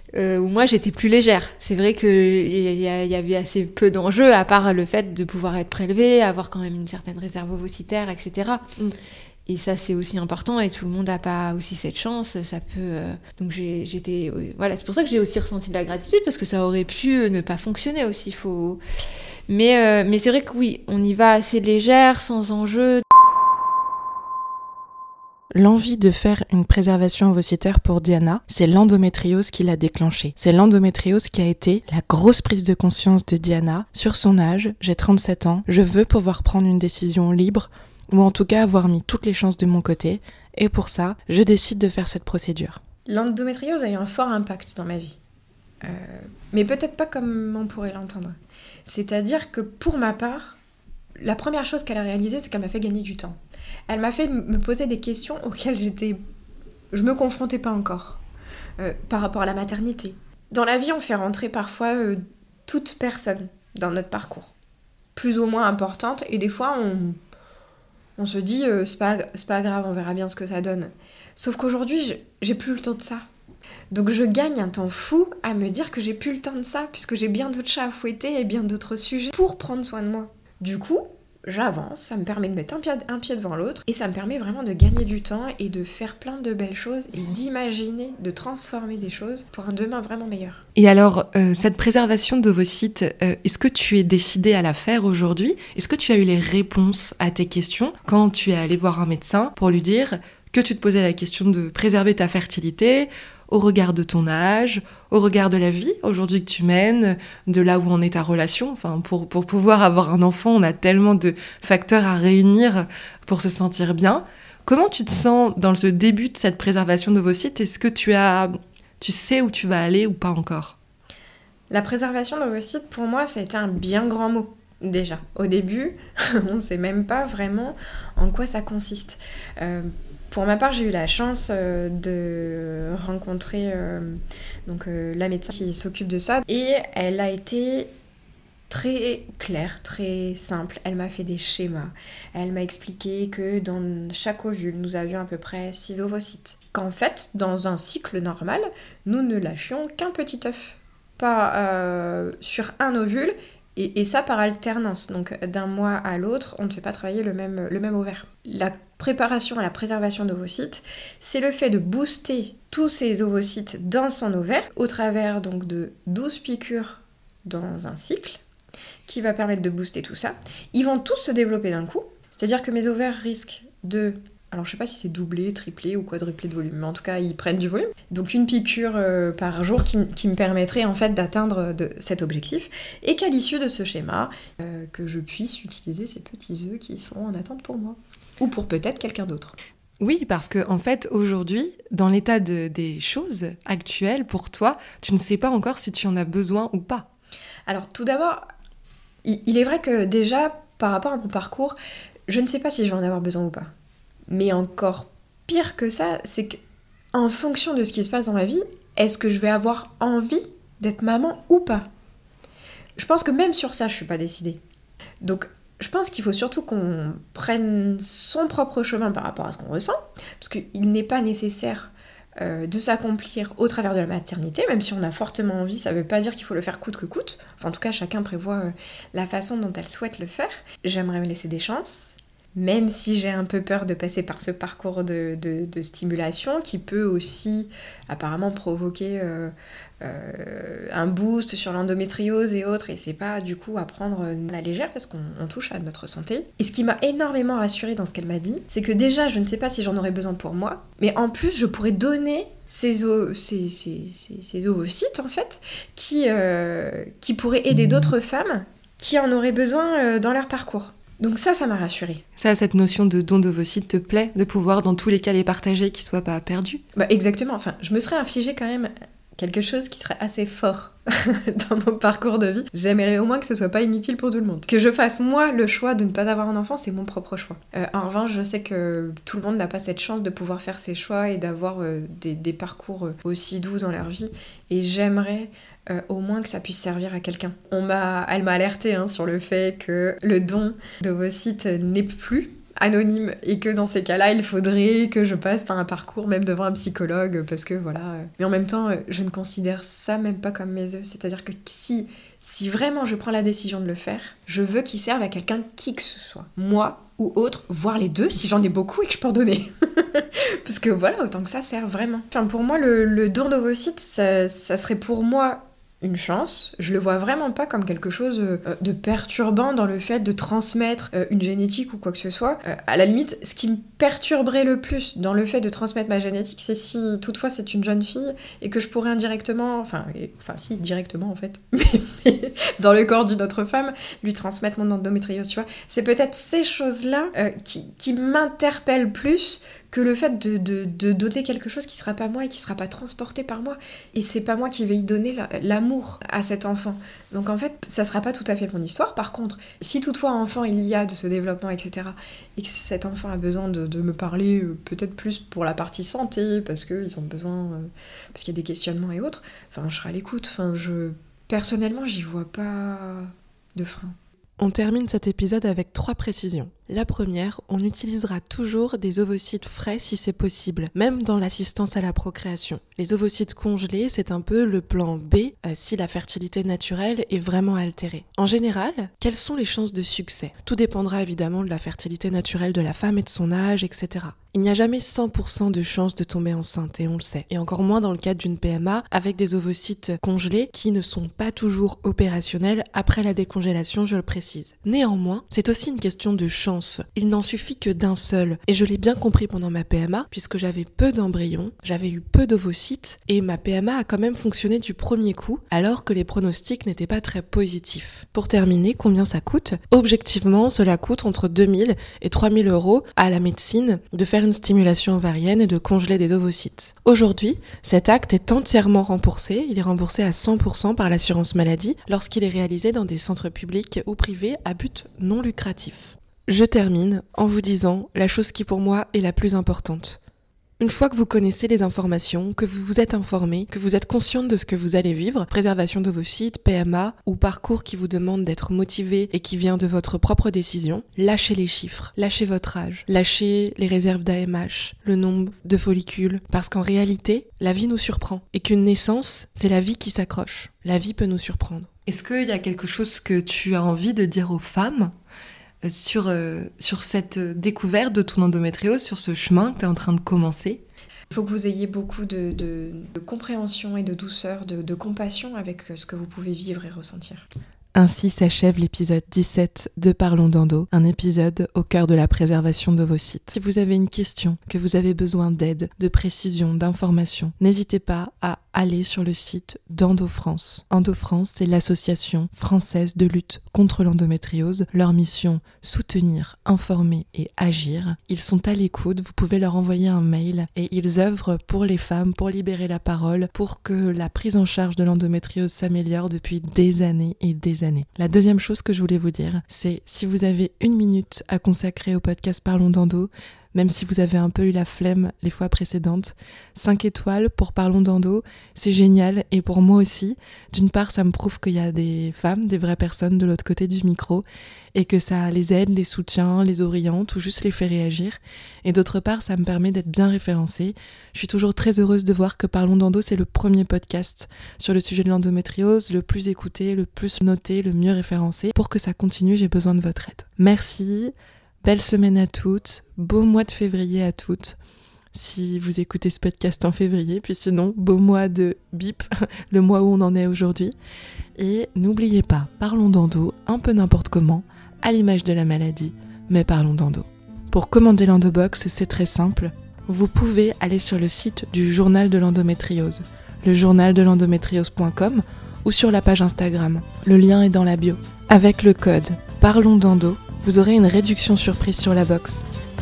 euh, où moi j'étais plus légère. C'est vrai qu'il y, y avait assez peu d'enjeux, à part le fait de pouvoir être prélevée, avoir quand même une certaine réserve ovocitaire, et cetera. Mm. Et ça, c'est aussi important, et tout le monde n'a pas aussi cette chance. Ça peut. Euh... Donc j'ai, j'étais. Euh, voilà, c'est pour ça que j'ai aussi ressenti de la gratitude, parce que ça aurait pu ne pas fonctionner aussi. Faut. Mais, euh, mais c'est vrai que oui, on y va assez légère, sans enjeu. L'envie de faire une préservation ovocitaire pour Diana, c'est l'endométriose qui l'a déclenchée. C'est l'endométriose qui a été la grosse prise de conscience de Diana. Sur son âge, j'ai trente-sept ans, je veux pouvoir prendre une décision libre, ou en tout cas avoir mis toutes les chances de mon côté, et pour ça, je décide de faire cette procédure. L'endométriose a eu un fort impact dans ma vie, euh, mais peut-être pas comme on pourrait l'entendre. C'est-à-dire que pour ma part, la première chose qu'elle a réalisée, c'est qu'elle m'a fait gagner du temps. Elle m'a fait me poser des questions auxquelles j'étais... je me confrontais pas encore, euh, par rapport à la maternité. Dans la vie, on fait rentrer parfois euh, toute personne dans notre parcours, plus ou moins importante, et des fois, on... On se dit, euh, c'est pas, c'est pas grave, on verra bien ce que ça donne. Sauf qu'aujourd'hui, je, j'ai plus le temps de ça. Donc je gagne un temps fou à me dire que j'ai plus le temps de ça, puisque j'ai bien d'autres chats à fouetter et bien d'autres sujets pour prendre soin de moi. Du coup, j'avance, ça me permet de mettre un pied, un pied devant l'autre, et ça me permet vraiment de gagner du temps et de faire plein de belles choses, et d'imaginer, de transformer des choses pour un demain vraiment meilleur. Et alors, euh, cette préservation d'ovocytes, euh, est-ce que tu es décidée à la faire aujourd'hui ? Est-ce que tu as eu les réponses à tes questions quand tu es allée voir un médecin pour lui dire que tu te posais la question de préserver ta fertilité au regard de ton âge, au regard de la vie aujourd'hui que tu mènes, de là où en est ta relation. Enfin, pour, pour pouvoir avoir un enfant, on a tellement de facteurs à réunir pour se sentir bien. Comment tu te sens dans ce début de cette préservation d'ovocytes ? Est-ce que tu as, tu sais où tu vas aller ou pas encore ? La préservation d'ovocytes, pour moi, ça a été un bien grand mot. Déjà, au début, on ne sait même pas vraiment en quoi ça consiste. Euh, Pour ma part, j'ai eu la chance euh, de rencontrer euh, donc, euh, la médecin qui s'occupe de ça. Et elle a été très claire, très simple. Elle m'a fait des schémas. Elle m'a expliqué que dans chaque ovule, nous avions à peu près six ovocytes. Qu'en fait, dans un cycle normal, nous ne lâchions qu'un petit œuf. Pas euh, sur un ovule. Et, et ça par alternance, donc d'un mois à l'autre, on ne fait pas travailler le même, le même ovaire. La préparation à la préservation d'ovocytes, c'est le fait de booster tous ces ovocytes dans son ovaire, au travers donc de douze piqûres dans un cycle, qui va permettre de booster tout ça. Ils vont tous se développer d'un coup, c'est-à-dire que mes ovaires risquent de... Alors je sais pas si c'est doublé, triplé ou quadruplé de volume, mais en tout cas ils prennent du volume. Donc une piqûre euh, par jour qui, qui me permettrait en fait d'atteindre de, cet objectif, et qu'à l'issue de ce schéma, euh, que je puisse utiliser ces petits œufs qui sont en attente pour moi. Ou pour peut-être quelqu'un d'autre. Oui, parce que en fait aujourd'hui, dans l'état de, des choses actuelles pour toi, tu ne sais pas encore si tu en as besoin ou pas. Alors tout d'abord, il, il est vrai que déjà par rapport à mon parcours, je ne sais pas si je vais en avoir besoin ou pas. Mais encore pire que ça, c'est qu'en fonction de ce qui se passe dans ma vie, est-ce que je vais avoir envie d'être maman ou pas ? Je pense que même sur ça, je suis pas décidée. Donc, je pense qu'il faut surtout qu'on prenne son propre chemin par rapport à ce qu'on ressent, parce qu'il n'est pas nécessaire euh, de s'accomplir au travers de la maternité, même si on a fortement envie, ça veut pas dire qu'il faut le faire coûte que coûte. Enfin, en tout cas, chacun prévoit euh, la façon dont elle souhaite le faire. J'aimerais me laisser des chances. Même si j'ai un peu peur de passer par ce parcours de, de, de stimulation qui peut aussi apparemment provoquer euh, euh, un boost sur l'endométriose et autres, et c'est pas du coup à prendre à la légère parce qu'on on touche à notre santé. Et ce qui m'a énormément rassurée dans ce qu'elle m'a dit, c'est que déjà je ne sais pas si j'en aurais besoin pour moi, mais en plus je pourrais donner ces, o- ces, ces, ces, ces ovocytes en fait, qui, euh, qui pourraient aider d'autres femmes qui en auraient besoin euh, dans leur parcours. Donc ça, ça m'a rassurée. Ça, cette notion de don d'ovocytes te plaît, de pouvoir dans tous les cas les partager, qu'ils soient pas perdus ? Bah exactement, enfin, je me serais infligé quand même quelque chose qui serait assez fort dans mon parcours de vie. J'aimerais au moins que ce soit pas inutile pour tout le monde. Que je fasse moi le choix de ne pas avoir un enfant, c'est mon propre choix. Euh, en revanche, je sais que tout le monde n'a pas cette chance de pouvoir faire ses choix et d'avoir euh, des, des parcours aussi doux dans leur vie. Et j'aimerais... Euh, au moins que ça puisse servir à quelqu'un. On m'a, elle m'a alertée hein, sur le fait que le don d'ovocytes n'est plus anonyme et que dans ces cas-là, il faudrait que je passe par un parcours, même devant un psychologue, parce que voilà. Mais en même temps, je ne considère ça même pas comme mes œufs. C'est-à-dire que si, si vraiment je prends la décision de le faire, je veux qu'il serve à quelqu'un qui que ce soit. Moi ou autre, voire les deux, si j'en ai beaucoup et que je peux en donner. Parce que voilà, autant que ça sert vraiment. Enfin, pour moi, le, le don d'ovocytes, ça, ça serait pour moi une chance. Je le vois vraiment pas comme quelque chose de perturbant dans le fait de transmettre une génétique ou quoi que ce soit. À la limite, ce qui me perturberait le plus dans le fait de transmettre ma génétique, c'est si toutefois c'est une jeune fille et que je pourrais indirectement, enfin, et, enfin si, directement en fait, mais, mais dans le corps d'une autre femme, lui transmettre mon endométriose, tu vois. C'est peut-être ces choses-là euh, qui, qui m'interpellent plus que le fait de, de, de donner quelque chose qui sera pas moi et qui sera pas transporté par moi. Et c'est pas moi qui vais y donner la, l'amour à cet enfant. Donc en fait, ça sera pas tout à fait mon histoire. Par contre, si toutefois enfant il y a de ce développement, et cetera, et que cet enfant a besoin de, de me parler, euh, peut-être plus pour la partie santé, parce qu'ils ont besoin, euh, parce qu'il y a des questionnements et autres, enfin, je serai à l'écoute. Enfin, je, personnellement, j'y vois pas de frein. On termine cet épisode avec trois précisions. La première, on utilisera toujours des ovocytes frais si c'est possible, même dans l'assistance à la procréation. Les ovocytes congelés, c'est un peu le plan B euh, si la fertilité naturelle est vraiment altérée. En général, quelles sont les chances de succès ? Tout dépendra évidemment de la fertilité naturelle de la femme et de son âge, et cetera. Il n'y a jamais cent pour cent de chances de tomber enceinte, et on le sait. Et encore moins dans le cadre d'une P M A avec des ovocytes congelés qui ne sont pas toujours opérationnels après la décongélation, je le précise. Néanmoins, c'est aussi une question de chance. Il n'en suffit que d'un seul. Et je l'ai bien compris pendant ma P M A, puisque j'avais peu d'embryons, j'avais eu peu d'ovocytes, et ma P M A a quand même fonctionné du premier coup, alors que les pronostics n'étaient pas très positifs. Pour terminer, combien ça coûte ? Objectivement, cela coûte entre deux mille et trois mille euros à la médecine de faire une stimulation ovarienne et de congeler des ovocytes. Aujourd'hui, cet acte est entièrement remboursé. Il est remboursé à cent pour cent par l'assurance maladie lorsqu'il est réalisé dans des centres publics ou privés à but non lucratif. Je termine en vous disant la chose qui pour moi est la plus importante. Une fois que vous connaissez les informations, que vous vous êtes informé, que vous êtes consciente de ce que vous allez vivre, préservation d'ovocytes, P M A ou parcours qui vous demande d'être motivé et qui vient de votre propre décision, lâchez les chiffres, lâchez votre âge, lâchez les réserves d'A M H, le nombre de follicules, parce qu'en réalité, la vie nous surprend et qu'une naissance, c'est la vie qui s'accroche. La vie peut nous surprendre. Est-ce qu'il y a quelque chose que tu as envie de dire aux femmes sur, euh, sur cette découverte de ton endométriose, sur ce chemin que tu es en train de commencer ? Il faut que vous ayez beaucoup de, de, de compréhension et de douceur, de, de compassion avec ce que vous pouvez vivre et ressentir. Ainsi s'achève l'épisode dix-sept de Parlons d'Endo, un épisode au cœur de la préservation d'ovocytes. Si vous avez une question, que vous avez besoin d'aide, de précision, d'information, n'hésitez pas à aller sur le site d'Endo France. Endo France, c'est l'association française de lutte contre l'endométriose. Leur mission, soutenir, informer et agir. Ils sont à l'écoute, vous pouvez leur envoyer un mail et ils œuvrent pour les femmes, pour libérer la parole, pour que la prise en charge de l'endométriose s'améliore depuis des années et des années. La deuxième chose que je voulais vous dire, c'est si vous avez une minute à consacrer au podcast Parlons d'Endo, même si vous avez un peu eu la flemme les fois précédentes, cinq étoiles pour Parlons d'Endo, c'est génial et pour moi aussi. D'une part, ça me prouve qu'il y a des femmes, des vraies personnes de l'autre côté du micro et que ça les aide, les soutient, les oriente ou juste les fait réagir. Et d'autre part, ça me permet d'être bien référencée. Je suis toujours très heureuse de voir que Parlons d'Endo, c'est le premier podcast sur le sujet de l'endométriose, le plus écouté, le plus noté, le mieux référencé. Pour que ça continue, j'ai besoin de votre aide. Merci. Belle semaine à toutes, beau mois de février à toutes, si vous écoutez ce podcast en février, puis sinon, beau mois de bip, le mois où on en est aujourd'hui. Et n'oubliez pas, Parlons d'Endo, un peu n'importe comment, à l'image de la maladie, mais Parlons d'Endo. Pour commander l'Endobox, c'est très simple, vous pouvez aller sur le site du journal de l'endométriose, le journal de l'endométriose point com ou sur la page Instagram, le lien est dans la bio. Avec le code Parlons d'Endo, vous aurez une réduction surprise sur la box.